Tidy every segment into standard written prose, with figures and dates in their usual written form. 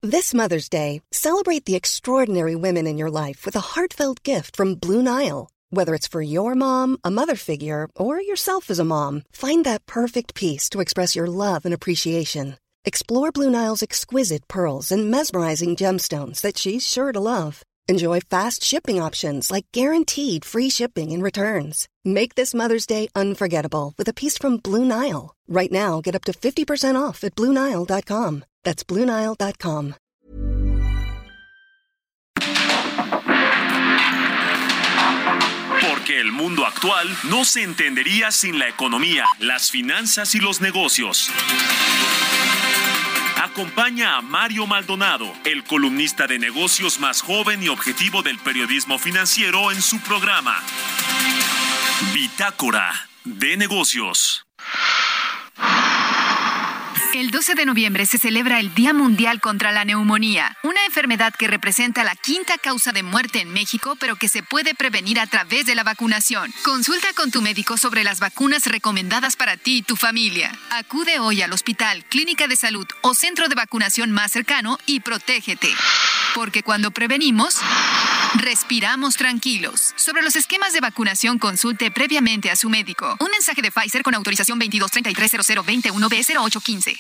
This Mother's Day, celebrate the extraordinary women in your life with a heartfelt gift from Blue Nile. Whether it's for your mom, a mother figure, or yourself as a mom, find that perfect piece to express your love and appreciation. Explore Blue Nile's exquisite pearls and mesmerizing gemstones that she's sure to love. Enjoy fast shipping options like guaranteed free shipping and returns. Make this Mother's Day unforgettable with a piece from Blue Nile. Right now, get up to 50% off at BlueNile.com. That's BlueNile.com. Porque el mundo actual no se entendería sin la economía, las finanzas y los negocios. Acompaña a Mario Maldonado, el columnista de negocios más joven y objetivo del periodismo financiero, en su programa Bitácora de Negocios. El 12 de noviembre se celebra el Día Mundial contra la Neumonía, una enfermedad que representa la quinta causa de muerte en México, pero que se puede prevenir a través de la vacunación. Consulta con tu médico sobre las vacunas recomendadas para ti y tu familia. Acude hoy al hospital, clínica de salud o centro de vacunación más cercano y protégete. Porque cuando prevenimos, respiramos tranquilos. Sobre los esquemas de vacunación, consulte previamente a su médico. Un mensaje de Pfizer con autorización 22330021B0815.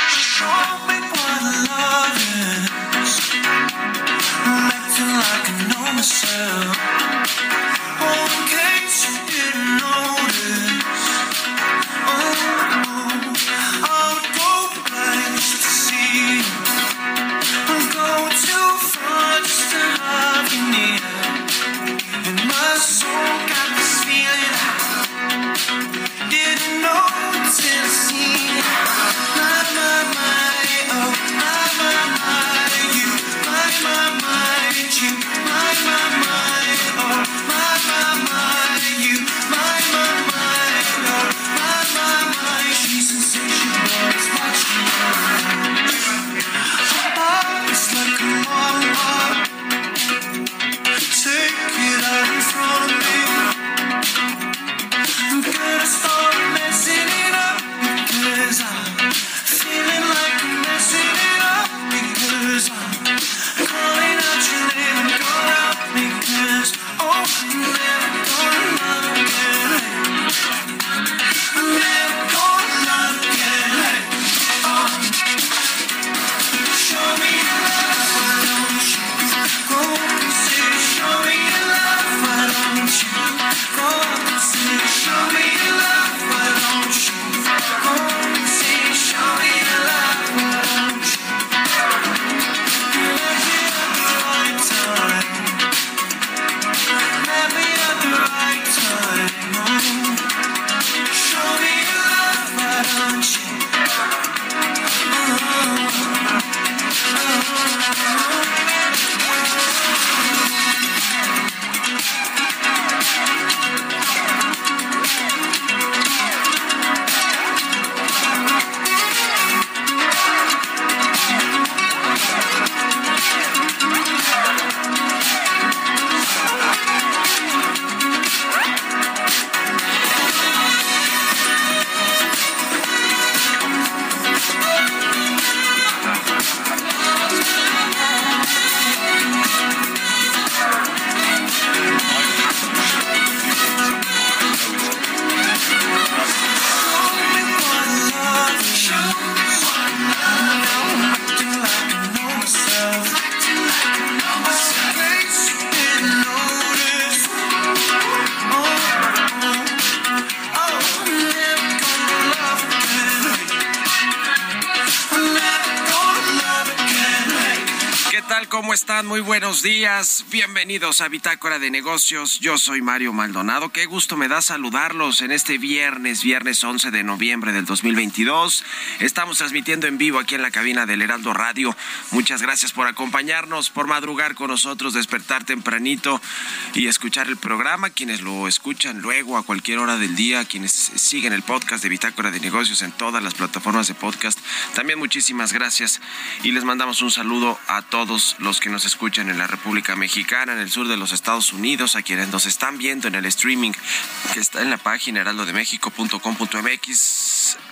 ¿Cómo están? Muy buenos días. Bienvenidos a Bitácora de Negocios. Yo soy Mario Maldonado. Qué gusto me da saludarlos en este viernes 11 de noviembre del 2022. Estamos transmitiendo en vivo aquí en la cabina del Heraldo Radio. Muchas gracias por acompañarnos, por madrugar con nosotros, despertar tempranito y escuchar el programa. Quienes lo escuchan luego a cualquier hora del día, quienes siguen el podcast de Bitácora de Negocios en todas las plataformas de podcast, también muchísimas gracias. Y les mandamos un saludo a todos los que nos escuchan en la República Mexicana, en el sur de los Estados Unidos, a quienes nos están viendo en el streaming que está en la página heraldodemexico.com.mx,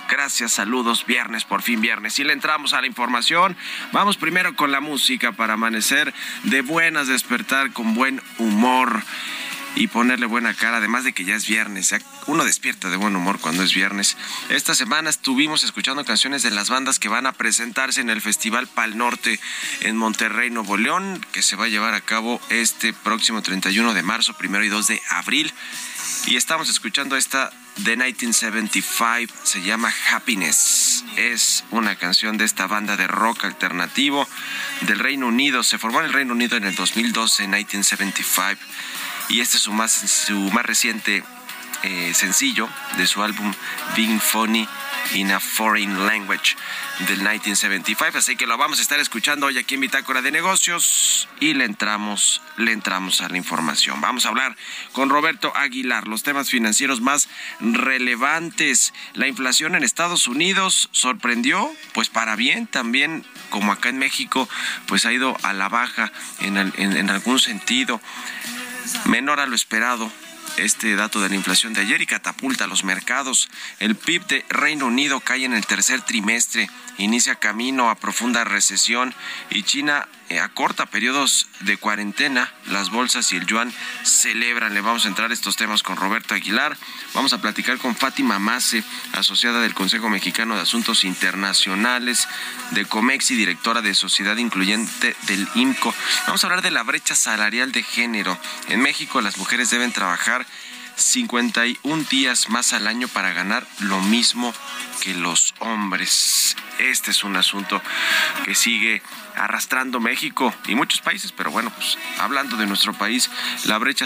Gracias, saludos, viernes, por fin viernes. Y le entramos a la información. Vamos primero con la música para amanecer de buenas, despertar con buen humor y ponerle buena cara, además de que ya es viernes. Uno despierta de buen humor cuando es viernes. Esta semana estuvimos escuchando canciones de las bandas que van a presentarse en el Festival Pal Norte en Monterrey, Nuevo León, que se va a llevar a cabo este próximo 31 de marzo, 1 y 2 de abril. Y estamos escuchando esta de 1975, se llama Happiness. Es una canción de esta banda de rock alternativo del Reino Unido. Se formó en el Reino Unido en el 2012, 1975. Y este es su más reciente sencillo de su álbum Being Funny in a Foreign Language del 1975. Así que lo vamos a estar escuchando hoy aquí en Bitácora de Negocios y le entramos a la información. Vamos a hablar con Roberto Aguilar, los temas financieros más relevantes. La inflación en Estados Unidos sorprendió, pues para bien, también como acá en México, pues ha ido a la baja en algún sentido. Menor a lo esperado este dato de la inflación de ayer y catapulta a los mercados. El PIB de Reino Unido cae en el tercer trimestre, inicia camino a profunda recesión y China acorta periodos de cuarentena. Las bolsas y el yuan celebran. Le vamos a entrar a estos temas con Roberto Aguilar. Vamos a platicar con Fátima Mace, asociada del Consejo Mexicano de Asuntos Internacionales de Comex y directora de Sociedad Incluyente del IMCO. Vamos a hablar de la brecha salarial de género. En México las mujeres deben trabajar 51 días más al año para ganar lo mismo que los hombres. Este es un asunto que sigue arrastrando México y muchos países, pero bueno, pues hablando de nuestro país, la brecha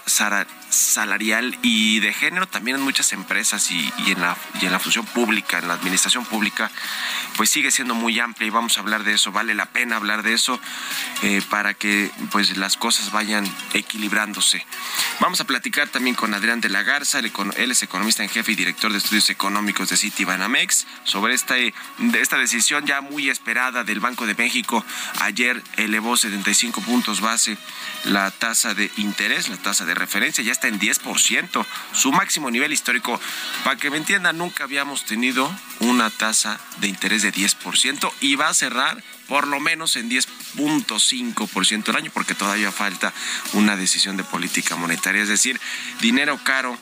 salarial y de género también en muchas empresas y en la función pública, en la administración pública, pues sigue siendo muy amplia y vamos a hablar de eso. Vale la pena hablar de eso para que pues las cosas vayan equilibrándose. Vamos a platicar también con Adrián de la Garza, él es economista en jefe y director de estudios económicos de Citibanamex, sobre esta decisión ya muy esperada del Banco de México. Ayer elevó 75 puntos base la tasa de interés, la tasa de referencia, ya está en 10%, su máximo nivel histórico. Para que me entiendan, nunca habíamos tenido una tasa de interés de 10% y va a cerrar por lo menos en 10.5% el año, porque todavía falta una decisión de política monetaria, es decir, dinero caro,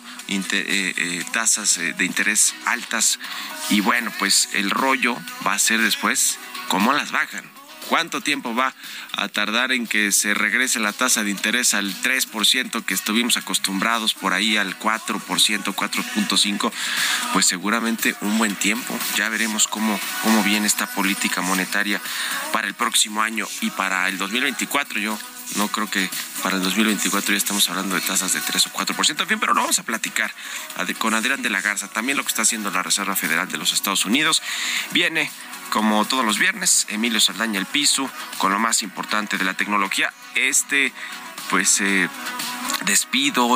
tasas de interés altas, y bueno, pues el rollo va a ser después cómo las bajan. ¿Cuánto tiempo va a tardar en que se regrese la tasa de interés al 3% que estuvimos acostumbrados, por ahí al 4%, 4.5%? Pues seguramente un buen tiempo. Ya veremos cómo viene esta política monetaria para el próximo año y para el 2024. Yo no creo que para el 2024 ya estamos hablando de tasas de 3 o 4%. En fin, pero lo vamos a platicar con Adrián de la Garza. También lo que está haciendo la Reserva Federal de los Estados Unidos. Viene, como todos los viernes, Emilio Saldaña El Piso, con lo más importante de la tecnología. Despido,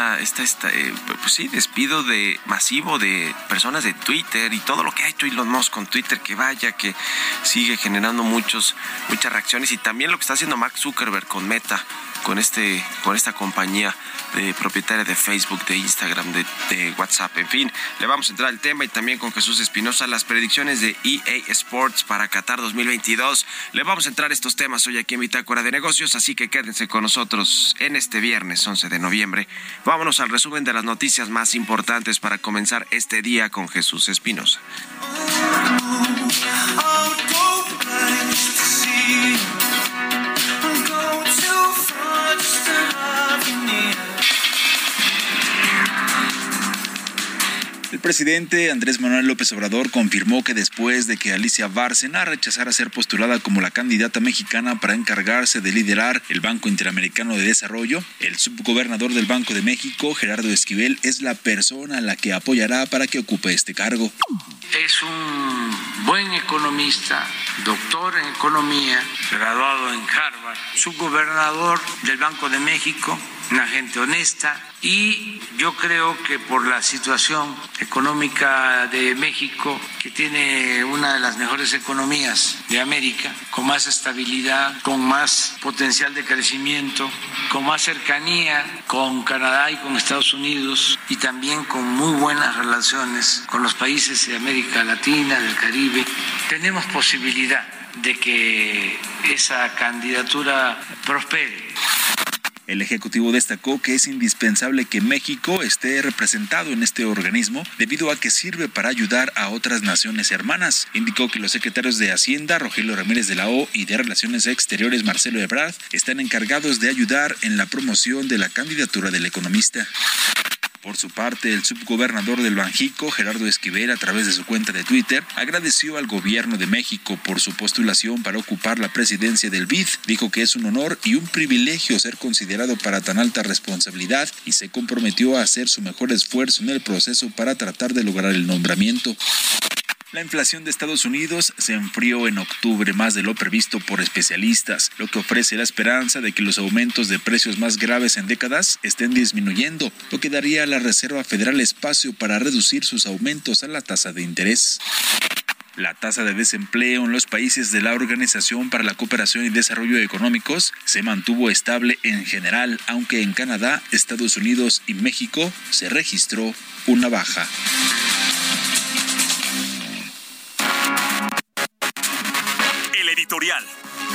despido masivo de personas de Twitter y todo lo que ha hecho Elon Musk con Twitter, que sigue generando muchas reacciones, y también lo que está haciendo Mark Zuckerberg con Meta, con esta compañía propietaria de Facebook, de Instagram, de WhatsApp. En fin, le vamos a entrar al tema, y también con Jesús Espinosa, las predicciones de EA Sports para Qatar 2022. Le vamos a entrar a estos temas hoy aquí en Bitácora de Negocios, así que quédense con nosotros en este viernes 11 de noviembre. Vámonos al resumen de las noticias más importantes para comenzar este día con Jesús Espinosa. El presidente Andrés Manuel López Obrador confirmó que después de que Alicia Bárcena rechazara ser postulada como la candidata mexicana para encargarse de liderar el Banco Interamericano de Desarrollo, el subgobernador del Banco de México, Gerardo Esquivel, es la persona a la que apoyará para que ocupe este cargo. Es un buen economista, doctor en economía, graduado en Harvard, subgobernador del Banco de México, una gente honesta, y yo creo que por la situación económica de México, que tiene una de las mejores economías de América, con más estabilidad, con más potencial de crecimiento, con más cercanía con Canadá y con Estados Unidos, y también con muy buenas relaciones con los países de América Latina, del Caribe, tenemos posibilidad de que esa candidatura prospere. El Ejecutivo destacó que es indispensable que México esté representado en este organismo debido a que sirve para ayudar a otras naciones hermanas. Indicó que los secretarios de Hacienda, Rogelio Ramírez de la O, y de Relaciones Exteriores, Marcelo Ebrard, están encargados de ayudar en la promoción de la candidatura del economista. Por su parte, el subgobernador del Banjico, Gerardo Esquivel, a través de su cuenta de Twitter, agradeció al gobierno de México por su postulación para ocupar la presidencia del BID. Dijo que es un honor y un privilegio ser considerado para tan alta responsabilidad y se comprometió a hacer su mejor esfuerzo en el proceso para tratar de lograr el nombramiento. La inflación de Estados Unidos se enfrió en octubre más de lo previsto por especialistas, lo que ofrece la esperanza de que los aumentos de precios más graves en décadas estén disminuyendo, lo que daría a la Reserva Federal espacio para reducir sus aumentos a la tasa de interés. La tasa de desempleo en los países de la Organización para la Cooperación y Desarrollo Económicos se mantuvo estable en general, aunque en Canadá, Estados Unidos y México se registró una baja. El editorial.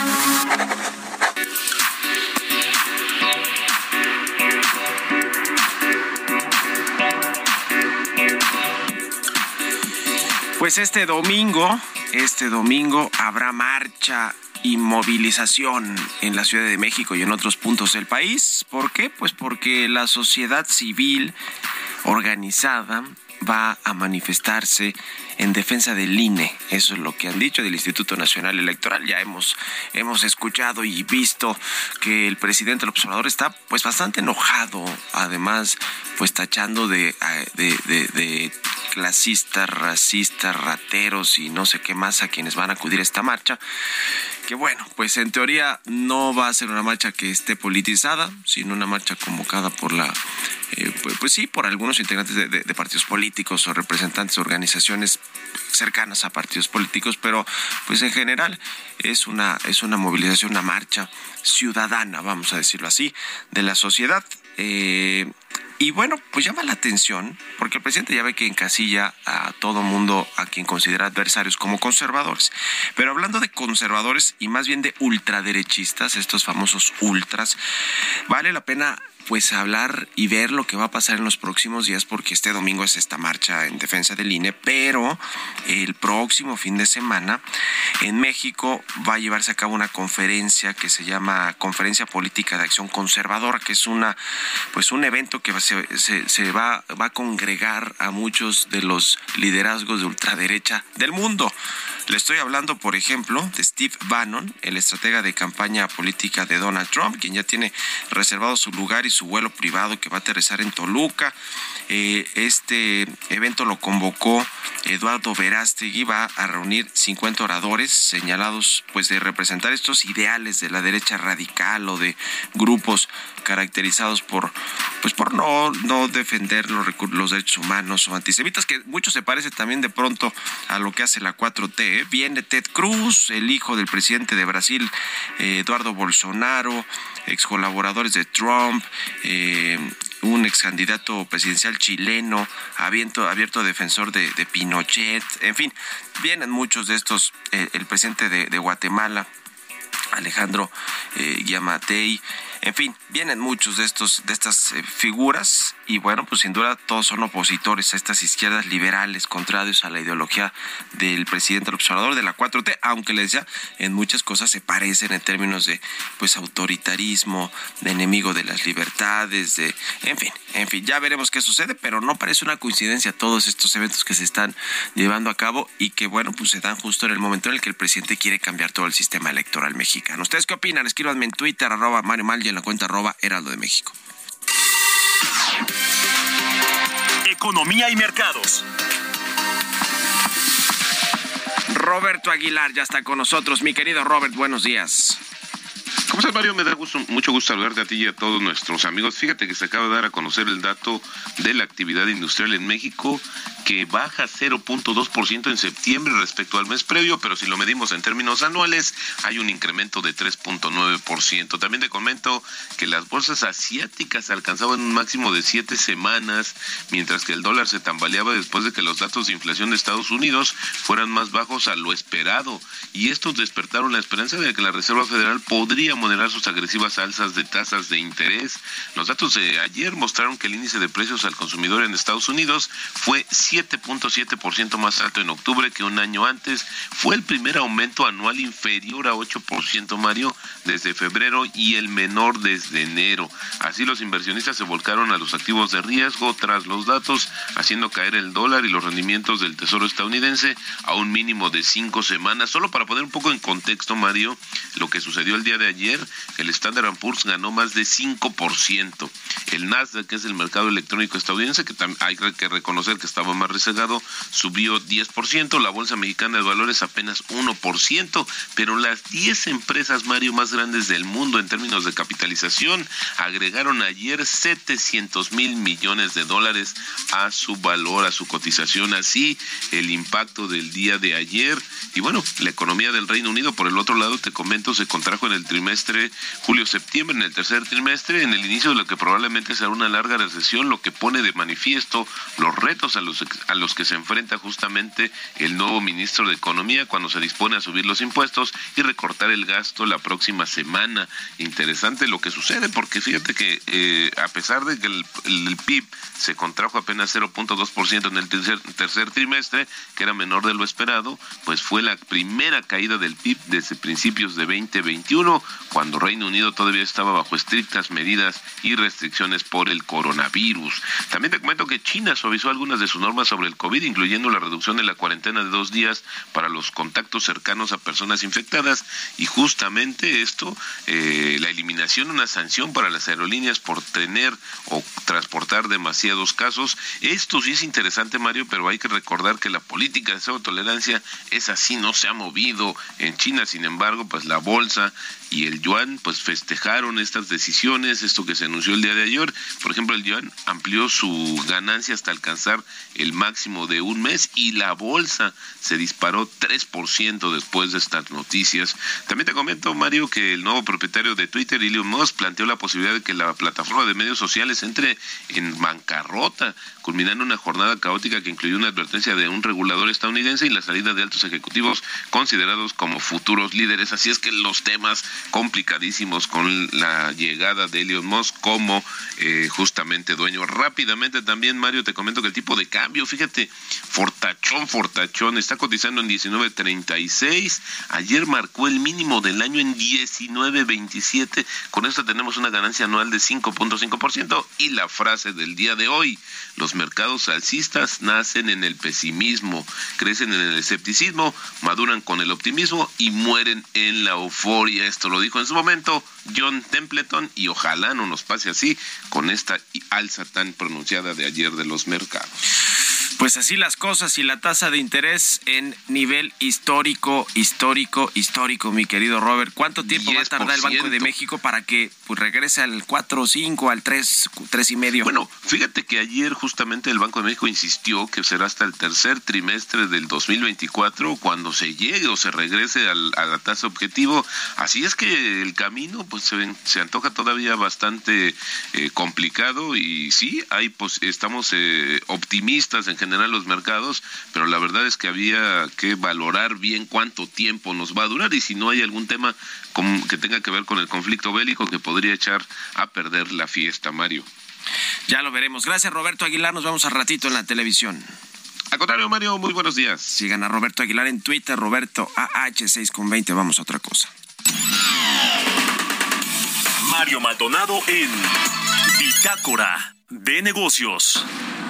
Pues este domingo habrá marcha y movilización en la Ciudad de México y en otros puntos del país. ¿Por qué? Pues porque la sociedad civil organizada va a manifestarse en defensa del INE. Eso es lo que han dicho, del Instituto Nacional Electoral. Ya hemos escuchado y visto que el presidente López Obrador está pues bastante enojado, además pues tachando de clasistas, racistas, rateros y no sé qué más a quienes van a acudir a esta marcha. Que bueno, pues en teoría no va a ser una marcha que esté politizada, sino una marcha convocada por por algunos integrantes de partidos políticos o representantes de organizaciones cercanas a partidos políticos, pero pues en general es una movilización, una marcha ciudadana, vamos a decirlo así, de la sociedad. Y bueno, pues llama la atención, porque el presidente ya ve que encasilla a todo mundo a quien considera adversarios como conservadores. Pero hablando de conservadores y más bien de ultraderechistas, estos famosos ultras, vale la pena pues hablar y ver lo que va a pasar en los próximos días, porque este domingo es esta marcha en defensa del INE, pero el próximo fin de semana en México va a llevarse a cabo una conferencia que se llama Conferencia Política de Acción Conservadora, que es un evento que se va a congregar a muchos de los liderazgos de ultraderecha del mundo. Le estoy hablando, por ejemplo, de Steve Bannon, el estratega de campaña política de Donald Trump, quien ya tiene reservado su lugar y su vuelo privado que va a aterrizar en Toluca. Este evento lo convocó Eduardo Verástegui, va a reunir 50 oradores señalados pues de representar estos ideales de la derecha radical o de grupos caracterizados por no defender los derechos humanos o antisemitas, que mucho se parece también de pronto a lo que hace la 4T. Viene Ted Cruz, el hijo del presidente de Brasil, Eduardo Bolsonaro, ex colaboradores de Trump, un ex candidato presidencial chileno, abierto defensor de Pinochet, en fin, vienen muchos de estos, el presidente de Guatemala, Alejandro Giammattei, en fin, vienen muchos de estas figuras y bueno, pues sin duda todos son opositores a estas izquierdas liberales, contrarios a la ideología del presidente López Obrador, de la 4T, aunque les decía, en muchas cosas se parecen en términos de pues autoritarismo, de enemigo de las libertades, en fin, ya veremos qué sucede, pero no parece una coincidencia todos estos eventos que se están llevando a cabo y que bueno, pues se dan justo en el momento en el que el presidente quiere cambiar todo el sistema electoral mexicano. ¿Ustedes qué opinan? Escríbanme en Twitter, @Mario Mal, y en la cuenta @Heraldo de México. Economía y mercados. Roberto Aguilar ya está con nosotros. Mi querido Robert, buenos días. ¿Cómo estás, Mario? Me da mucho gusto saludarte a ti y a todos nuestros amigos. Fíjate que se acaba de dar a conocer el dato de la actividad industrial en México, que baja 0.2% en septiembre respecto al mes previo, pero si lo medimos en términos anuales, hay un incremento de 3.9%. También te comento que las bolsas asiáticas alcanzaban un máximo de 7 semanas, mientras que el dólar se tambaleaba después de que los datos de inflación de Estados Unidos fueran más bajos a lo esperado. Y estos despertaron la esperanza de que la Reserva Federal podría moderar sus agresivas alzas de tasas de interés. Los datos de ayer mostraron que el índice de precios al consumidor en Estados Unidos fue 7.7% más alto en octubre que un año antes. Fue el primer aumento anual inferior a 8%, Mario, desde febrero y el menor desde enero. Así los inversionistas se volcaron a los activos de riesgo tras los datos, haciendo caer el dólar y los rendimientos del Tesoro estadounidense a un mínimo de 5 semanas. Solo para poner un poco en contexto, Mario, lo que sucedió el día de ayer, el Standard & Poor's ganó más de 5%. El Nasdaq, que es el mercado electrónico estadounidense, que hay que reconocer que estaba más rezagado, subió 10%. La Bolsa Mexicana de Valores apenas 1%, pero las 10 empresas, Mario, más grandes del mundo en términos de capitalización agregaron ayer 700,000 millones de dólares a su valor, a su cotización. Así el impacto del día de ayer. Y bueno, la economía del Reino Unido, por el otro lado, te comento, se contrajo en el trimestre julio-septiembre, en el tercer trimestre, en el inicio de lo que probablemente será una larga recesión, lo que pone de manifiesto los retos a los que se enfrenta justamente el nuevo ministro de Economía cuando se dispone a subir los impuestos y recortar el gasto la próxima semana. Interesante lo que sucede, porque fíjate que a pesar de que el PIB se contrajo apenas 0.2% en el tercer trimestre, que era menor de lo esperado, pues fue la primera caída del PIB desde principios de 2021, cuando Reino Unido todavía estaba bajo estrictas medidas y restricciones por el coronavirus. También te comento que China suavizó algunas de sus normas sobre el COVID, incluyendo la reducción de la cuarentena de 2 días para los contactos cercanos a personas infectadas, y justamente esto, la eliminación de una sanción para las aerolíneas por tener o transportar demasiados casos. Esto sí es interesante, Mario, pero hay que recordar que la política de cero tolerancia es así, no se ha movido en China. Sin embargo, pues la bolsa y el yuan pues festejaron estas decisiones, esto que se anunció el día de ayer. Por ejemplo, el yuan amplió su ganancia hasta alcanzar el máximo de un mes, y la bolsa se disparó 3% después de estas noticias. También te comento, Mario, que el nuevo propietario de Twitter, Elon Musk, planteó la posibilidad de que la plataforma de medios sociales entre en bancarrota, culminando una jornada caótica que incluyó una advertencia de un regulador estadounidense y la salida de altos ejecutivos considerados como futuros líderes. Así es que los temas complicadísimos con la llegada de Elon Musk como justamente dueño. Rápidamente también, Mario, te comento que el tipo de cambio, fíjate, fortachón, está cotizando en 19.36. Ayer marcó el mínimo del año en 19.27. Con esto tenemos una ganancia anual de 5.5%. Y la frase del día de hoy: los mercados alcistas nacen en el pesimismo, crecen en el escepticismo, maduran con el optimismo y mueren en la euforia. Esto lo dijo en su momento John Templeton, y ojalá no nos pase así con esta alza tan pronunciada de ayer de los mercados. Pues así las cosas, y la tasa de interés en nivel histórico, mi querido Robert. ¿Cuánto tiempo 10%. Va a tardar el Banco de México para que pues regrese al 4, 5, al 3, 3.5? Bueno, fíjate que ayer justamente el Banco de México insistió que será hasta el tercer trimestre del 2024 cuando se llegue o se regrese a la tasa objetivo. Así es que el camino pues se antoja todavía bastante complicado, y sí, estamos optimistas en general los mercados, pero la verdad es que había que valorar bien cuánto tiempo nos va a durar, y si no hay algún tema que tenga que ver con el conflicto bélico que podría echar a perder la fiesta, Mario. Ya lo veremos. Gracias, Roberto Aguilar. Nos vemos al ratito en la televisión. Al contrario, Mario, muy buenos días. Sigan a Roberto Aguilar en Twitter, Roberto AH620. Vamos a otra cosa. Mario Maldonado en Bitácora de Negocios.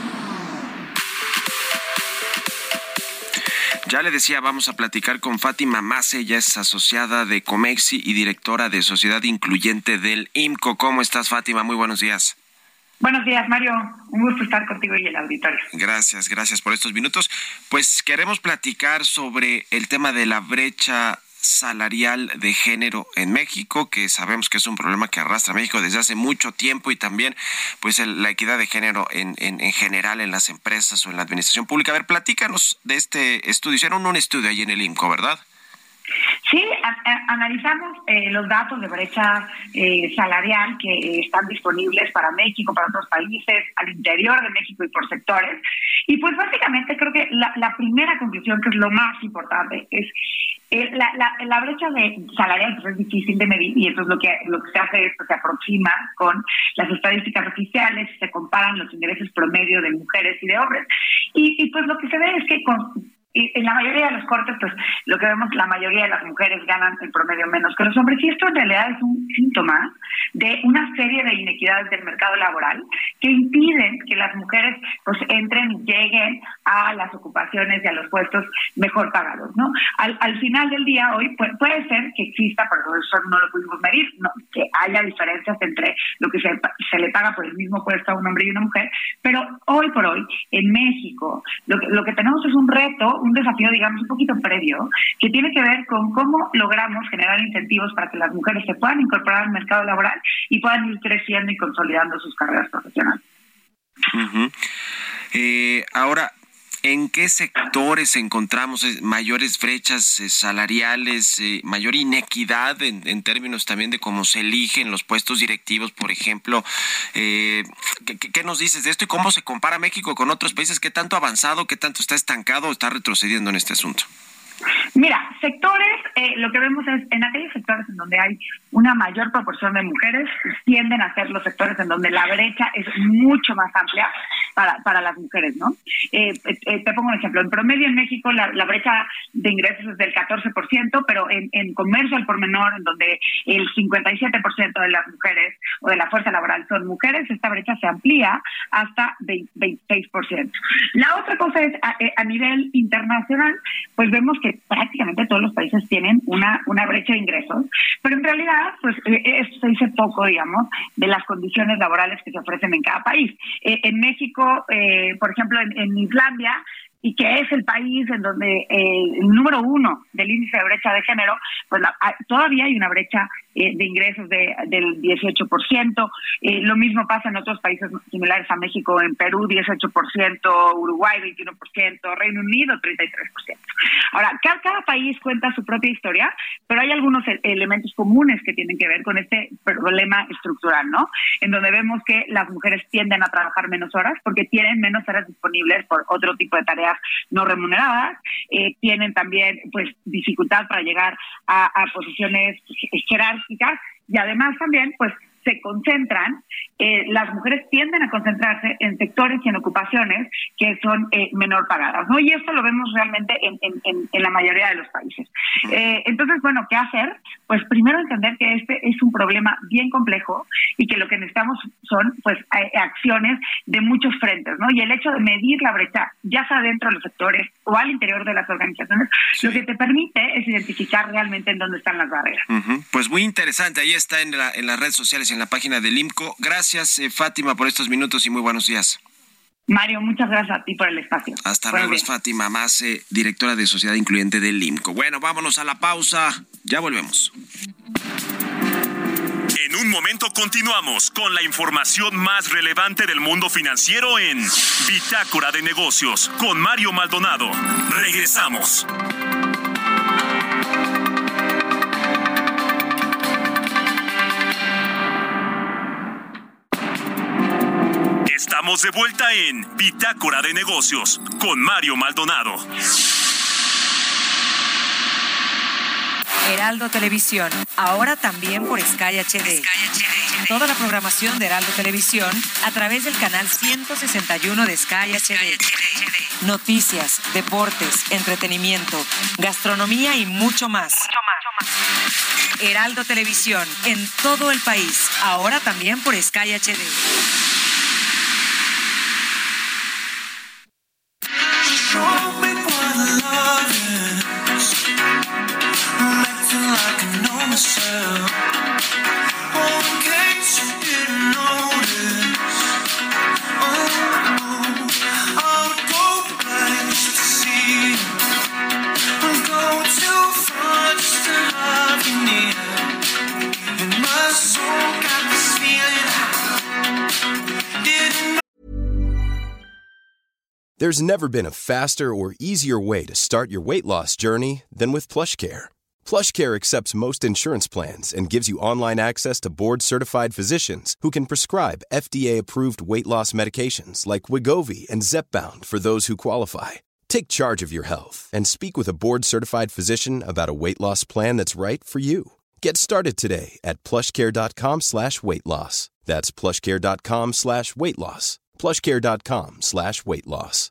Ya le decía, vamos a platicar con Fátima Mace. Ella es asociada de Comexi y directora de Sociedad Incluyente del IMCO. ¿Cómo estás, Fátima? Muy buenos días. Buenos días, Mario. Un gusto estar contigo y el auditorio. Gracias por estos minutos. Pues queremos platicar sobre el tema de la brecha salarial de género en México, que sabemos que es un problema que arrastra a México desde hace mucho tiempo, y también pues la equidad de género en general en las empresas o en la administración pública. A ver, platícanos de este estudio. Hicieron un estudio ahí en el IMCO, ¿verdad? Sí, analizamos los datos de brecha salarial que están disponibles para México, para otros países, al interior de México y por sectores. Y pues básicamente creo que la primera conclusión, que es lo más importante, es la brecha salarial, pues es difícil de medir, y entonces lo que se hace es que se aproxima con las estadísticas oficiales, se comparan los ingresos promedio de mujeres y de hombres. Y pues lo que se ve es que en la mayoría de los cortes, pues lo que vemos, la mayoría de las mujeres ganan en promedio menos que los hombres, y esto en realidad es un síntoma de una serie de inequidades del mercado laboral que impiden que las mujeres pues entren y lleguen a las ocupaciones y a los puestos mejor pagados, ¿no? Al final del día, hoy puede ser que exista, pero eso no lo pudimos medir, ¿no?, que haya diferencias entre lo que se le paga por el mismo puesto a un hombre y una mujer, pero hoy por hoy, en México, lo que tenemos es un reto, un desafío, digamos, un poquito previo, que tiene que ver con cómo logramos generar incentivos para que las mujeres se puedan incorporar al mercado laboral y puedan ir creciendo y consolidando sus carreras profesionales. Uh-huh. Ahora, ¿en qué sectores encontramos mayores brechas salariales, mayor inequidad en términos también de cómo se eligen los puestos directivos, por ejemplo? ¿Qué nos dices de esto y cómo se compara México con otros países? ¿Qué tanto ha avanzado, qué tanto está estancado o está retrocediendo en este asunto? Mira, sectores, lo que vemos es en aquellos sectores en donde hay una mayor proporción de mujeres, tienden a ser los sectores en donde la brecha es mucho más amplia para las mujeres, ¿no? Te pongo un ejemplo. En promedio en México la brecha de ingresos es del 14%, pero en comercio al por menor, en donde el 57% de las mujeres o de la fuerza laboral son mujeres, esta brecha se amplía hasta 26%. La otra cosa es, a nivel internacional, pues vemos que prácticamente todos los países tienen una brecha de ingresos, pero en realidad pues esto se dice poco, digamos, de las condiciones laborales que se ofrecen en cada país. En México, por ejemplo, en Islandia, y que es el país en donde el número 1 del índice de brecha de género, pues todavía hay una brecha de ingresos del 18%. Lo mismo pasa en otros países similares a México, en Perú 18%, Uruguay 21%, Reino Unido 33%. Ahora, cada país cuenta su propia historia, pero hay algunos elementos comunes que tienen que ver con este problema estructural, ¿no? En donde vemos que las mujeres tienden a trabajar menos horas porque tienen menos horas disponibles por otro tipo de tareas no remuneradas, tienen también pues dificultad para llegar a posiciones jerárquicas, y además también pues se concentran, las mujeres tienden a concentrarse en sectores y en ocupaciones que son menor pagadas, ¿no? Y esto lo vemos realmente en la mayoría de los países. Entonces, bueno, ¿qué hacer? Pues primero entender que este es un problema bien complejo y que lo que necesitamos son pues acciones de muchos frentes, ¿no? Y el hecho de medir la brecha, ya sea dentro de los sectores o al interior de las organizaciones, sí, lo que te permite es identificar realmente en dónde están las barreras. Uh-huh. Pues muy interesante, ahí está en las redes sociales, en la página del IMCO. Gracias, Fátima, por estos minutos y muy buenos días. Mario, muchas gracias a ti por el espacio. Hasta luego, es Fátima Mas, directora de Sociedad Incluyente del IMCO. Bueno, vámonos a la pausa. Ya volvemos. En un momento continuamos con la información más relevante del mundo financiero en Bitácora de Negocios con Mario Maldonado. Regresamos. Estamos de vuelta en Bitácora de Negocios con Mario Maldonado. Heraldo Televisión, ahora también por Sky HD. Toda la programación de Heraldo Televisión a través del canal 161 de Sky HD. Noticias, deportes, entretenimiento, gastronomía y mucho más. Heraldo Televisión, en todo el país, ahora también por Sky HD. Like I know myself. Oh, in case you didn't notice, There's never been a faster or easier way to start your weight loss journey than with PlushCare. PlushCare accepts most insurance plans and gives you online access to board-certified physicians who can prescribe FDA-approved weight loss medications like Wegovy and Zepbound for those who qualify. Take charge of your health and speak with a board-certified physician about a weight loss plan that's right for you. Get started today at plushcare.com/weight loss. That's plushcare.com/weight loss. plushcare.com/weight loss.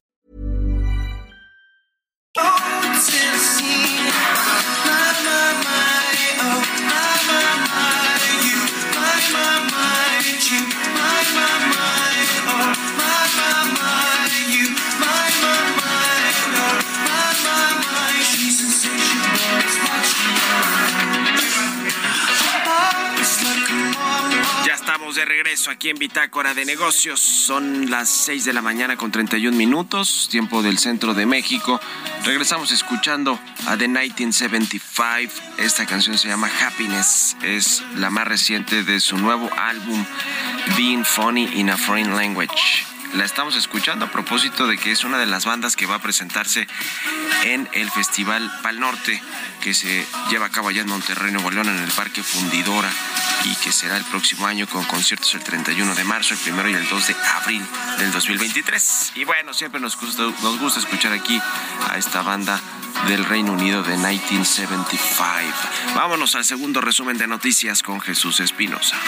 Ya estamos de regreso aquí en Bitácora de Negocios. Son las 6 de la mañana con 31 minutos, tiempo del centro de México. Regresamos escuchando a The 1975. Esta canción se llama Happiness. Es la más reciente de su nuevo álbum Being Funny in a Foreign Language. La estamos escuchando a propósito de que es una de las bandas que va a presentarse en el Festival Pal Norte, que se lleva a cabo allá en Monterrey, Nuevo León, en el Parque Fundidora, y que será el próximo año con conciertos el 31 de marzo, el 1 y el 2 de abril del 2023. Y bueno, siempre nos gusta escuchar aquí a esta banda del Reino Unido de 1975. Vámonos al segundo resumen de noticias con Jesús Espinosa.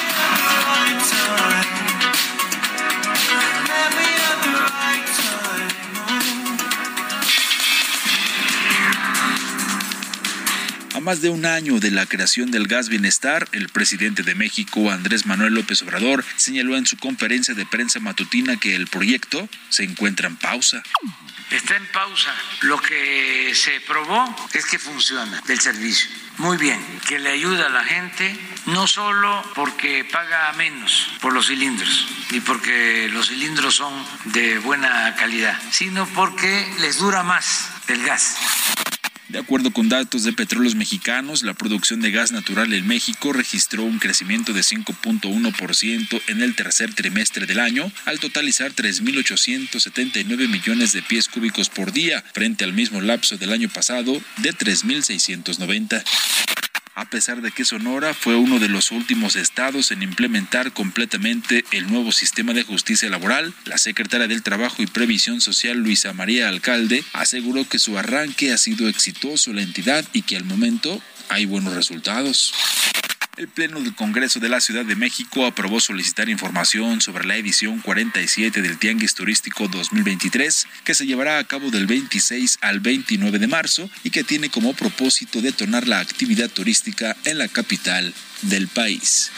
A más de un año de la creación del Gas Bienestar, el presidente de México, Andrés Manuel López Obrador, señaló en su conferencia de prensa matutina que el proyecto se encuentra en pausa. Está en pausa. Lo que se probó es que funciona el servicio muy bien, que le ayuda a la gente, no solo porque paga menos por los cilindros y porque los cilindros son de buena calidad, sino porque les dura más el gas. De acuerdo con datos de Petróleos Mexicanos, la producción de gas natural en México registró un crecimiento de 5.1% en el tercer trimestre del año, al totalizar 3.879 millones de pies cúbicos por día, frente al mismo lapso del año pasado de 3.690. A pesar de que Sonora fue uno de los últimos estados en implementar completamente el nuevo sistema de justicia laboral, la secretaria del Trabajo y Previsión Social, Luisa María Alcalde, aseguró que su arranque ha sido exitoso en la entidad y que al momento hay buenos resultados. El Pleno del Congreso de la Ciudad de México aprobó solicitar información sobre la edición 47 del Tianguis Turístico 2023, que se llevará a cabo del 26 al 29 de marzo y que tiene como propósito detonar la actividad turística en la capital del país.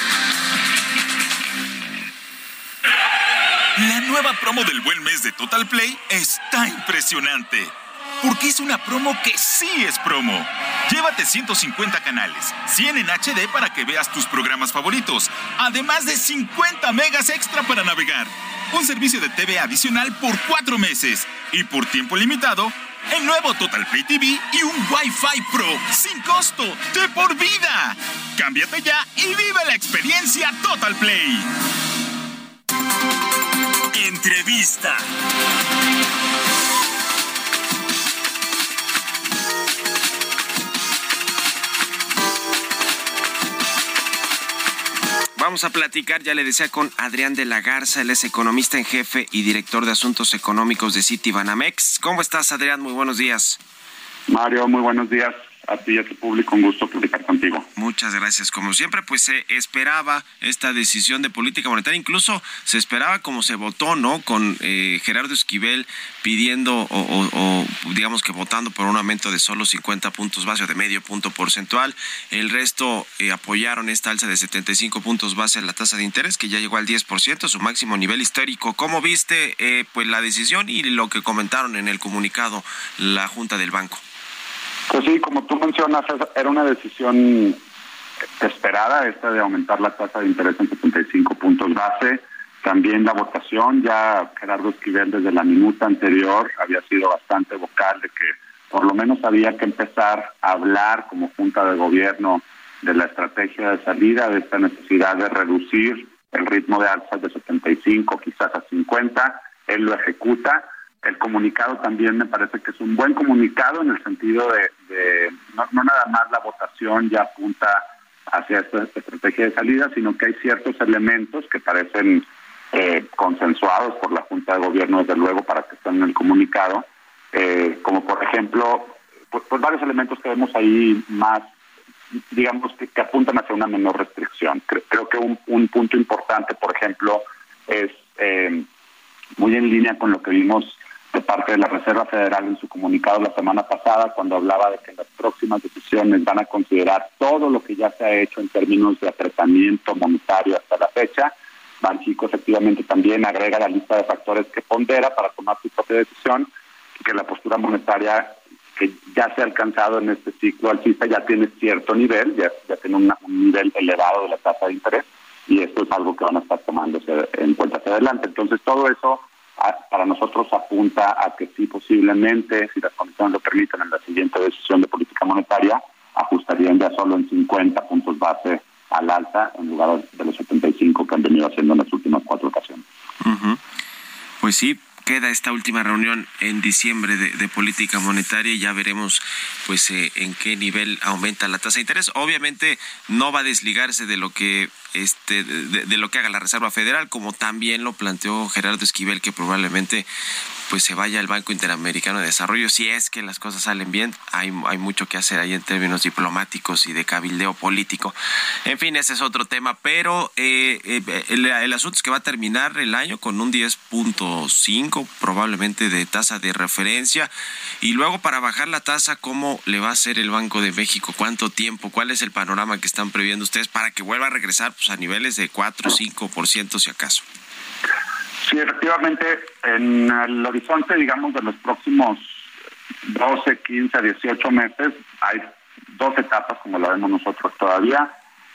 La nueva promo del Buen Mes de Total Play está impresionante, porque es una promo que sí es promo. Llévate 150 canales, 100 en HD para que veas tus programas favoritos, además de 50 megas extra para navegar, un servicio de TV adicional por 4 meses y por tiempo limitado, el nuevo Total Play TV y un Wi-Fi Pro sin costo de por vida. Cámbiate ya y vive la experiencia Total Play. Entrevista. Vamos a platicar, ya le decía, con Adrián de la Garza. Él es economista en jefe y director de Asuntos Económicos de Citibanamex. ¿Cómo estás, Adrián? Muy buenos días. Mario, muy buenos días. A ti y a tu público, un gusto platicar contigo. Muchas gracias. Como siempre, pues se esperaba esta decisión de política monetaria, incluso se esperaba como se votó, ¿no? Con Gerardo Esquivel pidiendo o digamos que votando por un aumento de solo 50 puntos base o de medio punto porcentual. El resto apoyaron esta alza de 75 puntos base en la tasa de interés, que ya llegó al 10%, su máximo nivel histórico. ¿Cómo viste pues la decisión y lo que comentaron en el comunicado la Junta del Banco? Pues sí, como tú mencionas, era una decisión esperada esta de aumentar la tasa de interés en 75 puntos base. También la votación, ya Gerardo Esquivel desde la minuta anterior había sido bastante vocal de que por lo menos había que empezar a hablar como Junta de Gobierno de la estrategia de salida, de esta necesidad de reducir el ritmo de alzas de 75 quizás a 50. Él lo ejecuta. El comunicado también me parece que es un buen comunicado en el sentido de no nada más la votación ya apunta hacia esta estrategia de salida, sino que hay ciertos elementos que parecen consensuados por la Junta de Gobierno, desde luego, para que estén en el comunicado, como por ejemplo, pues varios elementos que vemos ahí más, digamos, que apuntan hacia una menor restricción. Creo que un punto importante, por ejemplo, es muy en línea con lo que vimos de parte de la Reserva Federal en su comunicado la semana pasada, cuando hablaba de que las próximas decisiones van a considerar todo lo que ya se ha hecho en términos de apretamiento monetario hasta la fecha. Banxico efectivamente también agrega la lista de factores que pondera para tomar su propia decisión, que la postura monetaria que ya se ha alcanzado en este ciclo alcista ya tiene cierto nivel, ya tiene un nivel elevado de la tasa de interés, y esto es algo que van a estar tomándose en cuenta hacia adelante. Entonces todo eso para nosotros apunta a que sí, posiblemente, si las condiciones lo permiten, en la siguiente decisión de política monetaria, ajustarían ya solo en 50 puntos base al alza, en lugar de los 75 que han venido haciendo en las últimas 4 ocasiones. Uh-huh. Pues sí, queda esta última reunión en diciembre de política monetaria y ya veremos pues en qué nivel aumenta la tasa de interés. Obviamente no va a desligarse de lo que de lo que haga la Reserva Federal, como también lo planteó Gerardo Esquivel, que probablemente pues se vaya al Banco Interamericano de Desarrollo. Si es que las cosas salen bien, hay mucho que hacer ahí en términos diplomáticos y de cabildeo político. En fin, ese es otro tema, pero el asunto es que va a terminar el año con un 10.5 probablemente de tasa de referencia, y luego para bajar la tasa, ¿cómo le va a hacer el Banco de México? ¿Cuánto tiempo? ¿Cuál es el panorama que están previendo ustedes para que vuelva a regresar pues a niveles de 4 o 5% si acaso? Sí, efectivamente, en el horizonte, digamos, de los próximos 12, 15, 18 meses, hay 2 etapas, como lo vemos nosotros todavía.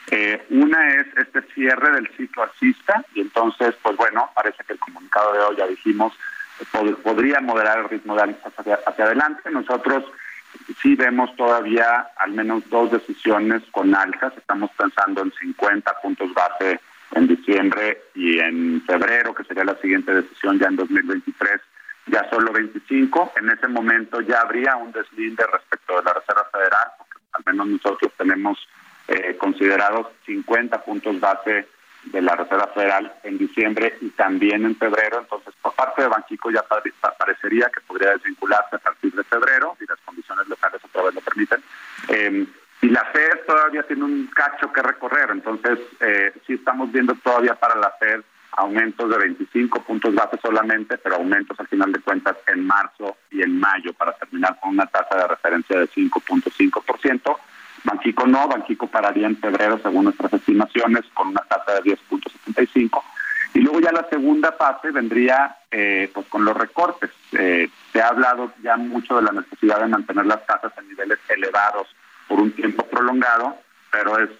Una es este cierre del ciclo alcista, y entonces, pues bueno, parece que el comunicado de hoy, ya dijimos, podría moderar el ritmo de alza hacia adelante. Nosotros sí vemos todavía al menos 2 decisiones con alzas. Estamos pensando en 50 puntos base en diciembre, y en febrero, que sería la siguiente decisión ya en 2023, ya solo 25. En ese momento ya habría un deslinde respecto de la Reserva Federal, porque al menos nosotros tenemos considerados 50 puntos base de la Reserva Federal en diciembre y también en febrero. Entonces, por parte de Banxico ya parecería que podría desvincularse a partir de febrero, si las condiciones locales otra vez lo permiten. Y la FED todavía tiene un cacho que recorrer, entonces sí estamos viendo todavía para la FED aumentos de 25 puntos base solamente, pero aumentos al final de cuentas en marzo y en mayo para terminar con una tasa de referencia de 5.5%. Banxico no, Banxico pararía en febrero según nuestras estimaciones con una tasa de 10.75%. Y luego ya la segunda fase vendría pues con los recortes. Se ha hablado ya mucho de la necesidad de mantener las tasas en niveles elevados por un tiempo prolongado, pero es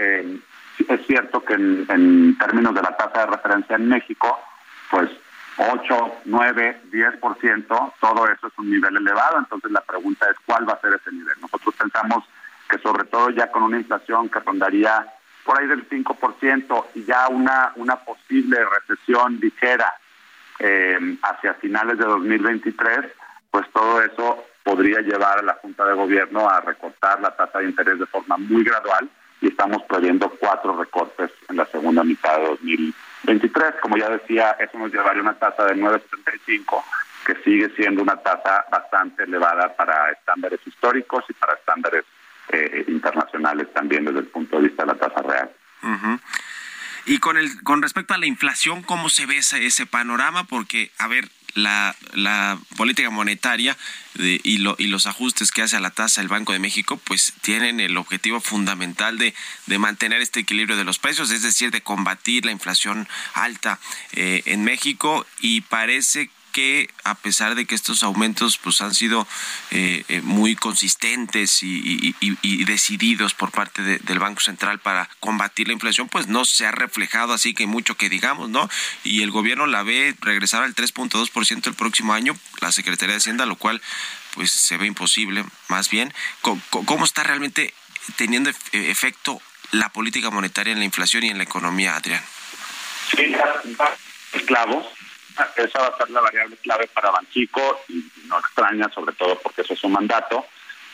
cierto que en términos de la tasa de referencia en México, pues 8, 9, 10%, todo eso es un nivel elevado. Entonces la pregunta es ¿cuál va a ser ese nivel? Nosotros pensamos que sobre todo ya con una inflación que rondaría por ahí del 5% y ya una posible recesión ligera hacia finales de 2023, pues todo eso podría llevar a la Junta de Gobierno a recortar la tasa de interés de forma muy gradual, y estamos previendo 4 recortes en la segunda mitad de 2023. Como ya decía, eso nos llevaría a una tasa de 9.75, que sigue siendo una tasa bastante elevada para estándares históricos y para estándares internacionales también desde el punto de vista de la tasa real. Uh-huh. Y con respecto a la inflación, ¿cómo se ve ese panorama? Porque, a ver, la política monetaria y los ajustes que hace a la tasa el Banco de México, pues tienen el objetivo fundamental de mantener este equilibrio de los precios, es decir, de combatir la inflación alta en México, y parece que a pesar de que estos aumentos pues han sido muy consistentes y decididos por parte del Banco Central para combatir la inflación, pues no se ha reflejado así que mucho que digamos, ¿no? Y el gobierno la ve regresar al 3.2% el próximo año, la Secretaría de Hacienda, lo cual pues se ve imposible, más bien. ¿Cómo está realmente teniendo efecto la política monetaria en la inflación y en la economía, Adrián? Sí, esclavos. esa va a ser la variable clave para Banxico y no extraña, sobre todo porque eso es un mandato.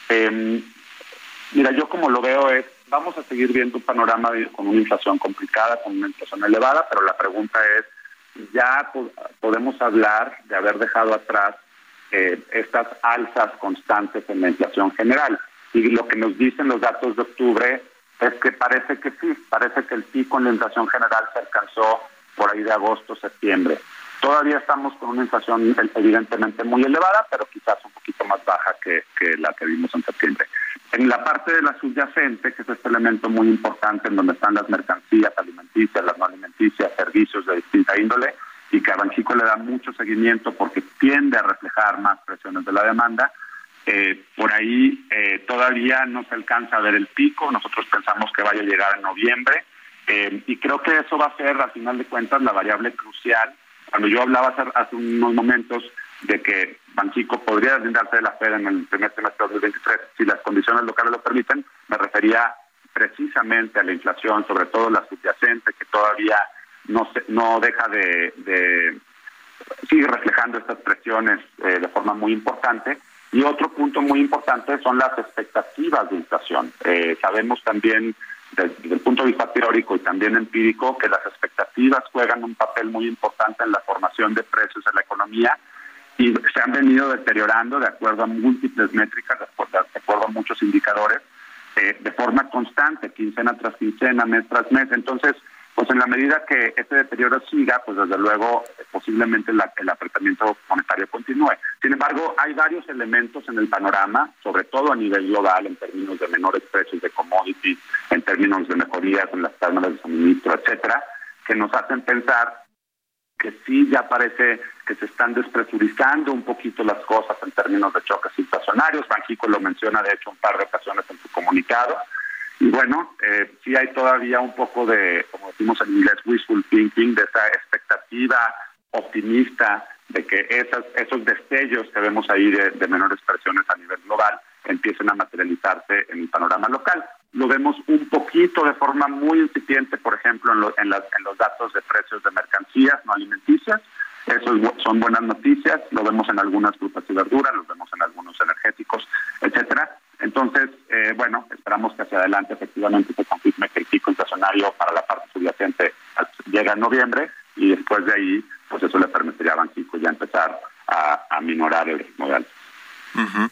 Mira, yo como lo veo vamos a seguir viendo un panorama con una inflación complicada, con una inflación elevada, pero la pregunta es, ¿ya podemos hablar de haber dejado atrás estas alzas constantes en la inflación general? Y lo que nos dicen los datos de octubre es que parece que sí, parece que el pico en la inflación general se alcanzó por ahí de agosto, septiembre. Todavía estamos con una inflación evidentemente muy elevada, pero quizás un poquito más baja que la que vimos en septiembre. En la parte de la subyacente, que es este elemento muy importante en donde están las mercancías alimenticias, las no alimenticias, servicios de distinta índole, y que a Banxico le da mucho seguimiento porque tiende a reflejar más presiones de la demanda, por ahí todavía no se alcanza a ver el pico. Nosotros pensamos que vaya a llegar en noviembre, y creo que eso va a ser, al final de cuentas, la variable crucial. Cuando yo hablaba hace unos momentos de que Banxico podría deslindarse de la Fed en el primer semestre de 2023 si las condiciones locales lo permiten, me refería precisamente a la inflación, sobre todo la subyacente, que todavía no deja de sigue reflejando estas presiones de forma muy importante. Y otro punto muy importante son las expectativas de inflación. Sabemos también, desde el punto de vista teórico y también empírico, que las expectativas juegan un papel muy importante en la formación de precios en la economía y se han venido deteriorando de acuerdo a múltiples métricas, de acuerdo a muchos indicadores, de forma constante, quincena tras quincena, mes tras mes. Entonces, pues en la medida que este deterioro siga, pues desde luego posiblemente el apretamiento monetario continúe. Sin embargo, hay varios elementos en el panorama, sobre todo a nivel global, en términos de menores precios de commodities, en términos de mejorías en las cámaras de suministro, etcétera, que nos hacen pensar que sí ya parece que se están despresurizando un poquito las cosas en términos de choques inflacionarios. Banxico lo menciona, de hecho, un par de ocasiones en su comunicado. Y bueno, sí hay todavía un poco de, como decimos en inglés, wishful thinking, de esa expectativa optimista de que esos destellos que vemos ahí de menores presiones a nivel global empiecen a materializarse en el panorama local. Lo vemos un poquito de forma muy incipiente, por ejemplo, en los datos de precios de mercancías no alimenticias. Eso son buenas noticias. Lo vemos en algunas frutas y verduras, lo vemos en algunos energéticos, etcétera. Entonces, bueno, esperamos que hacia adelante efectivamente se confirme que el pico inflacionario para la parte subyacente llega en noviembre y después de ahí, pues eso le permitiría a Banxico ya empezar a minorar el ritmo de alza. Uh-huh.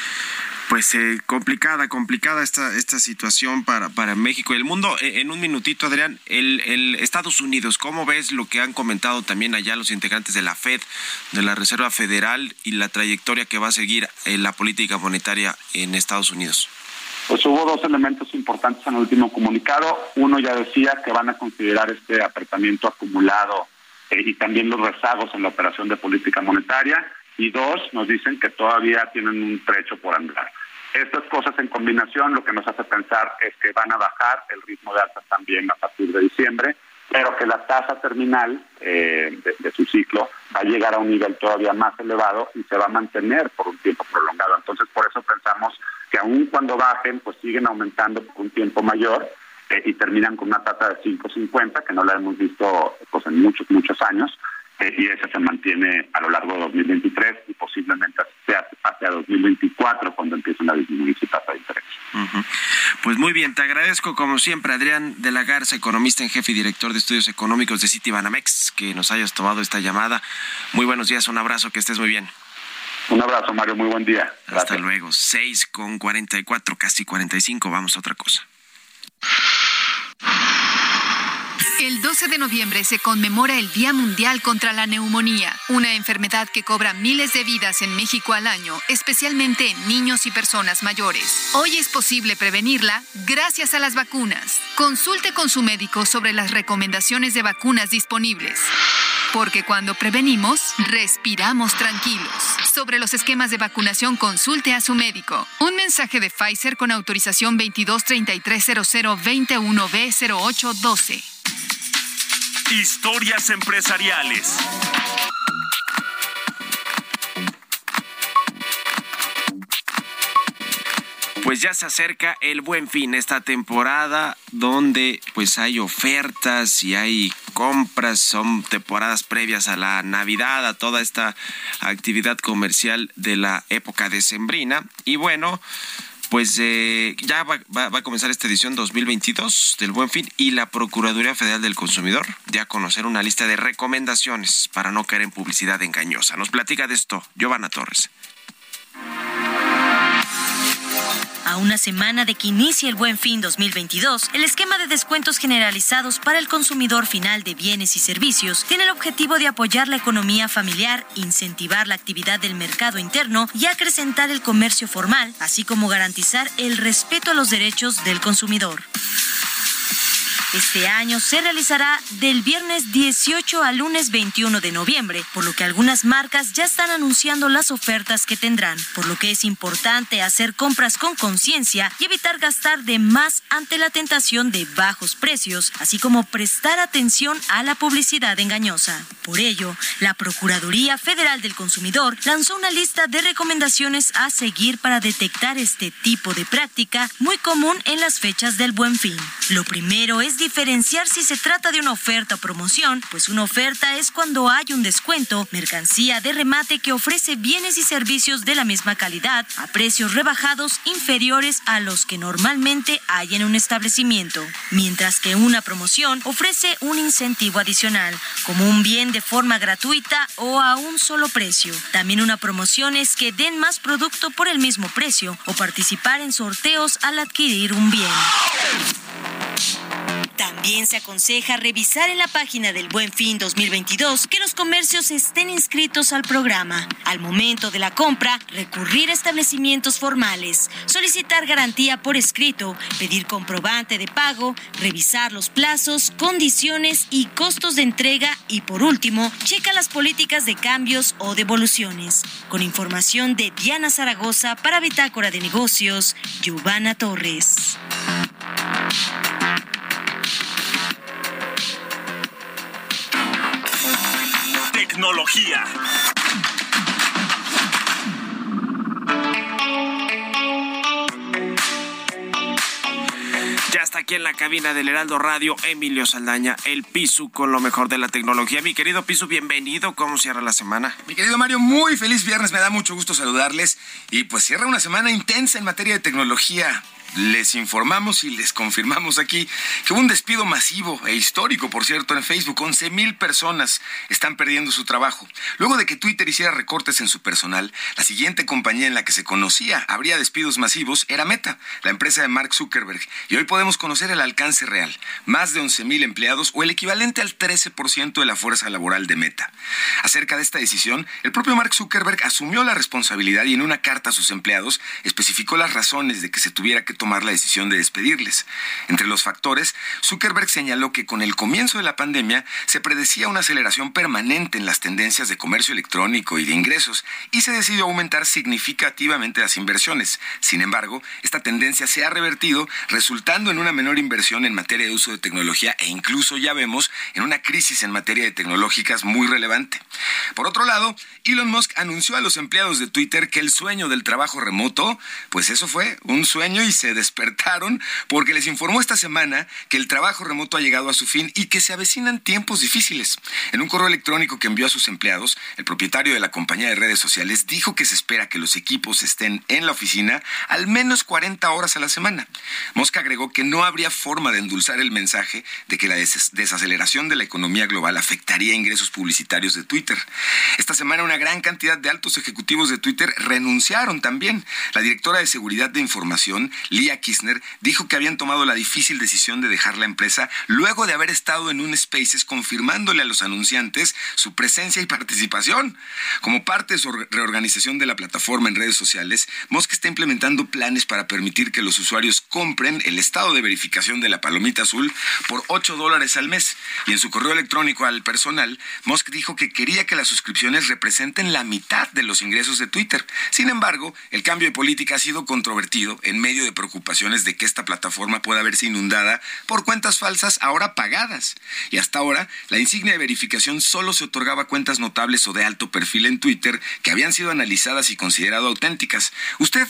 Pues complicada esta situación para México y el mundo. En un minutito, Adrián, el Estados Unidos, ¿cómo ves lo que han comentado también allá los integrantes de la Fed, de la Reserva Federal, y la trayectoria que va a seguir la política monetaria en Estados Unidos? Pues hubo dos elementos importantes en el último comunicado. Uno ya decía que van a considerar este apretamiento acumulado y también los rezagos en la operación de política monetaria. Y dos, nos dicen que todavía tienen un trecho por andar. Estas cosas en combinación lo que nos hace pensar es que van a bajar el ritmo de alzas también a partir de diciembre, pero que la tasa terminal de su ciclo va a llegar a un nivel todavía más elevado y se va a mantener por un tiempo prolongado. Entonces, por eso pensamos que aun cuando bajen, pues siguen aumentando por un tiempo mayor y terminan con una tasa de 5.50, que no la hemos visto pues en muchos años. Y ese se mantiene a lo largo de 2023 y posiblemente hacia 2024 cuando empiecen a disminuir su tasa de interés. Uh-huh. Pues muy bien, te agradezco como siempre, Adrián de la Garza, economista en jefe y director de estudios económicos de Citibanamex, que nos hayas tomado esta llamada. Muy buenos días, un abrazo, que estés muy bien. Un abrazo, Mario, muy buen día. Gracias. Hasta luego, 6:44, casi 45, vamos a otra cosa. El 12 de noviembre se conmemora el Día Mundial contra la Neumonía, una enfermedad que cobra miles de vidas en México al año, especialmente en niños y personas mayores. Hoy es posible prevenirla gracias a las vacunas. Consulte con su médico sobre las recomendaciones de vacunas disponibles. Porque cuando prevenimos, respiramos tranquilos. Sobre los esquemas de vacunación, consulte a su médico. Un mensaje de Pfizer con autorización 22330021B0812. Historias empresariales. Pues ya se acerca el Buen Fin, esta temporada donde pues hay ofertas y hay compras, son temporadas previas a la Navidad, a toda esta actividad comercial de la época decembrina. Y bueno, pues ya va a comenzar esta edición 2022 del Buen Fin y la Procuraduría Federal del Consumidor dio a conocer una lista de recomendaciones para no caer en publicidad engañosa. Nos platica de esto Giovanna Torres. A una semana de que inicie el Buen Fin 2022, el esquema de descuentos generalizados para el consumidor final de bienes y servicios tiene el objetivo de apoyar la economía familiar, incentivar la actividad del mercado interno y acrecentar el comercio formal, así como garantizar el respeto a los derechos del consumidor. Este año se realizará del viernes 18 al lunes 21 de noviembre, por lo que algunas marcas ya están anunciando las ofertas que tendrán, por lo que es importante hacer compras con conciencia y evitar gastar de más ante la tentación de bajos precios, así como prestar atención a la publicidad engañosa. Por ello, la Procuraduría Federal del Consumidor lanzó una lista de recomendaciones a seguir para detectar este tipo de práctica muy común en las fechas del Buen Fin. Lo primero es diferenciar si se trata de una oferta o promoción, pues una oferta es cuando hay un descuento, mercancía de remate que ofrece bienes y servicios de la misma calidad a precios rebajados inferiores a los que normalmente hay en un establecimiento, mientras que una promoción ofrece un incentivo adicional, como un bien de forma gratuita o a un solo precio. También una promoción es que den más producto por el mismo precio o participar en sorteos al adquirir un bien. También se aconseja revisar en la página del Buen Fin 2022 que los comercios estén inscritos al programa. Al momento de la compra, recurrir a establecimientos formales, solicitar garantía por escrito, pedir comprobante de pago, revisar los plazos, condiciones y costos de entrega y, por último, checa las políticas de cambios o devoluciones. Con información de Diana Zaragoza para Bitácora de Negocios, Giovanna Torres. Tecnología. Ya está aquí en la cabina del Heraldo Radio Emilio Saldaña, el Pisu con lo mejor de la tecnología. Mi querido Pisu, bienvenido. ¿Cómo cierra la semana? Mi querido Mario, muy feliz viernes. Me da mucho gusto saludarles. Y pues cierra una semana intensa en materia de tecnología. Les informamos y les confirmamos aquí que hubo un despido masivo e histórico, por cierto, en Facebook. 11,000 personas están perdiendo su trabajo. Luego de que Twitter hiciera recortes en su personal, la siguiente compañía en la que se conocía habría despidos masivos era Meta, la empresa de Mark Zuckerberg. Y hoy podemos conocer el alcance real. Más de 11,000 empleados o el equivalente al 13% de la fuerza laboral de Meta. Acerca de esta decisión, el propio Mark Zuckerberg asumió la responsabilidad y en una carta a sus empleados especificó las razones de que se tuviera que tomar la decisión de despedirles. Entre los factores, Zuckerberg señaló que con el comienzo de la pandemia se predecía una aceleración permanente en las tendencias de comercio electrónico y de ingresos y se decidió aumentar significativamente las inversiones. Sin embargo, esta tendencia se ha revertido, resultando en una menor inversión en materia de uso de tecnología e incluso ya vemos en una crisis en materia de tecnológicas muy relevante. Por otro lado, Elon Musk anunció a los empleados de Twitter que el sueño del trabajo remoto, pues eso fue un sueño y se despertaron porque les informó esta semana que el trabajo remoto ha llegado a su fin y que se avecinan tiempos difíciles. En un correo electrónico que envió a sus empleados, el propietario de la compañía de redes sociales dijo que se espera que los equipos estén en la oficina al menos 40 horas a la semana. Musk agregó que no habría forma de endulzar el mensaje de que la desaceleración de la economía global afectaría ingresos publicitarios de Twitter. Esta semana una gran cantidad de altos ejecutivos de Twitter renunciaron también. La directora de Seguridad de Información, Leah Kirchner, dijo que habían tomado la difícil decisión de dejar la empresa luego de haber estado en un Spaces confirmándole a los anunciantes su presencia y participación. Como parte de su reorganización de la plataforma en redes sociales, Musk está implementando planes para permitir que los usuarios compren el estado de verificación de la palomita azul por $8 al mes. Y en su correo electrónico al personal, Musk dijo que quería que las suscripciones representen la mitad de los ingresos de Twitter. Sin embargo, el cambio de política ha sido controvertido en medio de preocupaciones de que esta plataforma pueda verse inundada por cuentas falsas ahora pagadas. Y hasta ahora, la insignia de verificación solo se otorgaba a cuentas notables o de alto perfil en Twitter que habían sido analizadas y considerado auténticas. ¿Usted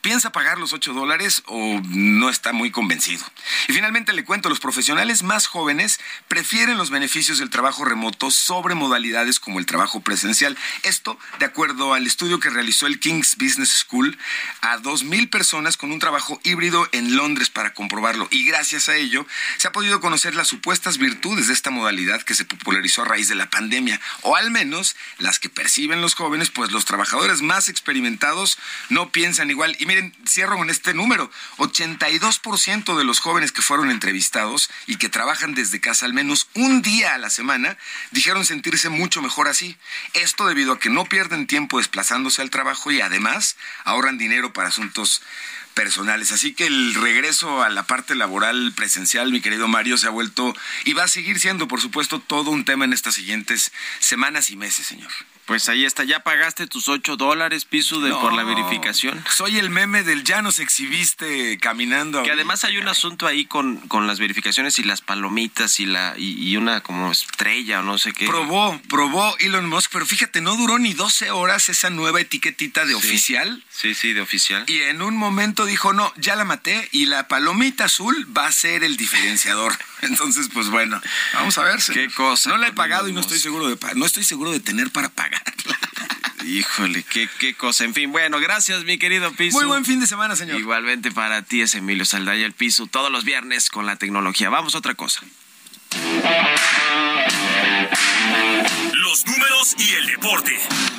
¿Piensa pagar los $8 o no está muy convencido? Y finalmente le cuento, los profesionales más jóvenes prefieren los beneficios del trabajo remoto sobre modalidades como el trabajo presencial. Esto de acuerdo al estudio que realizó el King's Business School a 2,000 personas con un trabajo híbrido en Londres para comprobarlo. Y gracias a ello se ha podido conocer las supuestas virtudes de esta modalidad que se popularizó a raíz de la pandemia, o al menos las que perciben los jóvenes, pues los trabajadores más experimentados no piensan igual. Y miren, cierro con este número: 82% de los jóvenes que fueron entrevistados y que trabajan desde casa al menos un día a la semana dijeron sentirse mucho mejor así. Esto debido a que no pierden tiempo desplazándose al trabajo y además ahorran dinero para asuntos personales. Así que el regreso a la parte laboral presencial, mi querido Mario, se ha vuelto y va a seguir siendo, por supuesto, todo un tema en estas siguientes semanas y meses, señor. Pues ahí está, ¿ya pagaste tus $8, Pisu, por la verificación? Soy el meme del ya nos exhibiste caminando. Que además hay un asunto ahí con las verificaciones y las palomitas y una como estrella o no sé qué. Probó Elon Musk, pero fíjate, no duró ni 12 horas esa nueva etiquetita de oficial. Sí, de oficial. Y en un momento dijo, no, ya la maté y la palomita azul va a ser el diferenciador. Entonces, pues bueno, vamos a ver. Qué cosa. No la he pagado y no estoy seguro de tener para pagarla. Híjole, qué cosa. En fin, bueno, gracias, mi querido Pisu. Muy buen fin de semana, señor. Igualmente para ti es Emilio Saldaya, el Pisu, todos los viernes con la tecnología. Vamos a otra cosa. Los números y el deporte.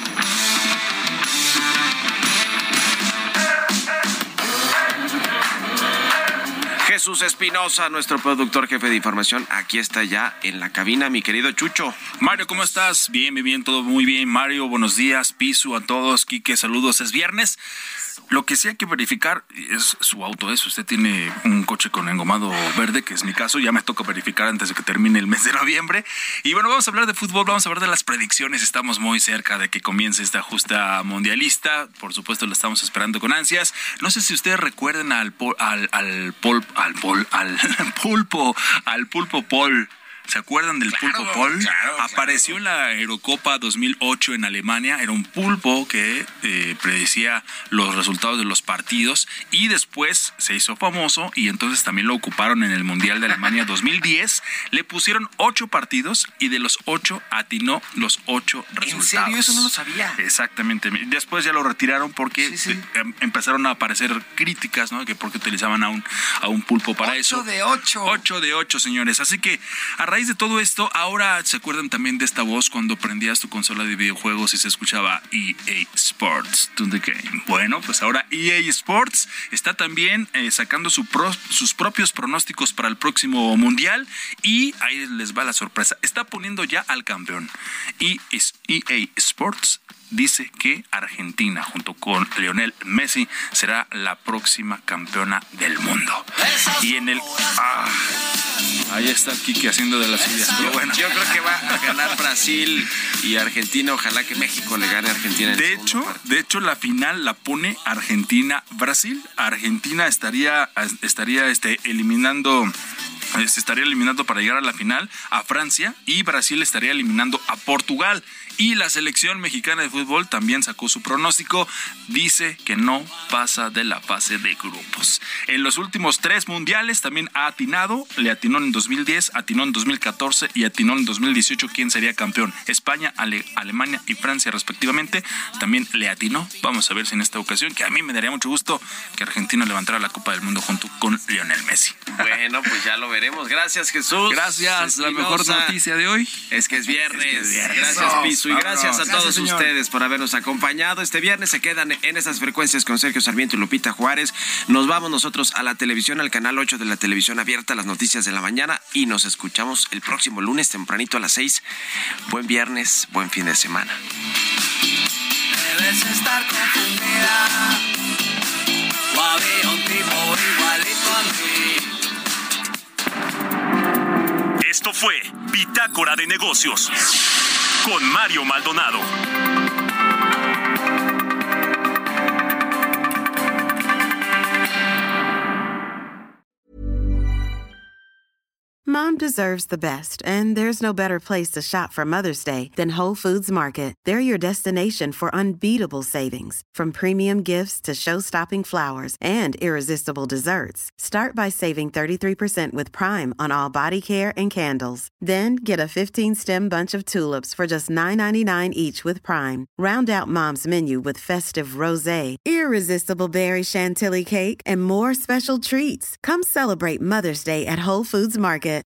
Jesús Espinosa, nuestro productor jefe de información, aquí está ya en la cabina, mi querido Chucho. Mario, ¿cómo estás? Bien, todo muy bien. Mario, buenos días, Pisu, a todos. Quique, saludos, es viernes. Lo que sí hay que verificar es su auto. Si usted tiene un coche con engomado verde, que es mi caso, ya me toca verificar antes de que termine el mes de noviembre. Y bueno, vamos a hablar de fútbol, vamos a hablar de las predicciones. Estamos muy cerca de que comience esta justa mundialista. Por supuesto, la estamos esperando con ansias. No sé si ustedes recuerden al pulpo Paul. ¿Se acuerdan del pulpo Paul? Claro. Apareció en la Eurocopa 2008 en Alemania. Era un pulpo que predecía los resultados de los partidos y después se hizo famoso y entonces también lo ocuparon en el Mundial de Alemania 2010. Le pusieron 8 partidos y de los 8 atinó los 8 resultados. ¿En serio? Eso no lo sabía. Exactamente. Después ya lo retiraron porque empezaron a aparecer críticas, ¿no? Que por qué utilizaban a un pulpo para 8 eso. 8 de 8. 8 de 8, señores. Así que a raíz de todo esto, ahora se acuerdan también de esta voz cuando prendías tu consola de videojuegos y se escuchaba EA Sports to the game. Bueno, pues ahora EA Sports está también sacando sus propios pronósticos para el próximo mundial y ahí les va la sorpresa. Está poniendo ya al campeón. EA Sports dice que Argentina, junto con Lionel Messi, será la próxima campeona del mundo. Y en el... ahí está el Quique haciendo de las suyas. Pero bueno. Yo creo que va a ganar Brasil y Argentina. Ojalá que México le gane a Argentina. De hecho, la final la pone Argentina-Brasil. Argentina estaría eliminando... Se estaría eliminando para llegar a la final a Francia y Brasil estaría eliminando a Portugal. Y la selección mexicana de fútbol también sacó su pronóstico. Dice que no pasa de la fase de grupos. En los últimos 3 mundiales también ha atinado. Le atinó en 2010, atinó en 2014 y atinó en 2018 quién sería campeón. España, Alemania y Francia respectivamente. También le atinó. Vamos a ver si en esta ocasión, que a mí me daría mucho gusto que Argentina levantara la Copa del Mundo junto con Lionel Messi. Bueno, pues ya lo veremos. Gracias, Jesús. Gracias. Espinosa. La mejor noticia de hoy es que es viernes. Gracias, Pisu. Y gracias a todos ustedes por habernos acompañado. Este viernes se quedan en estas frecuencias con Sergio Sarmiento y Lupita Juárez. Nos vamos nosotros a la televisión, al canal 8 de la televisión abierta, las noticias de la mañana. Y nos escuchamos el próximo lunes tempranito a las 6. Buen viernes, buen fin de semana. Debes estar confundida. O había un tipo igualito a mí. Esto fue Bitácora de Negocios con Mario Maldonado. Mom deserves the best, and there's no better place to shop for Mother's Day than Whole Foods Market. They're your destination for unbeatable savings, from premium gifts to show-stopping flowers and irresistible desserts. Start by saving 33% with Prime on all body care and candles. Then get a 15-stem bunch of tulips for just $9.99 each with Prime. Round out Mom's menu with festive rosé, irresistible berry chantilly cake, and more special treats. Come celebrate Mother's Day at Whole Foods Market.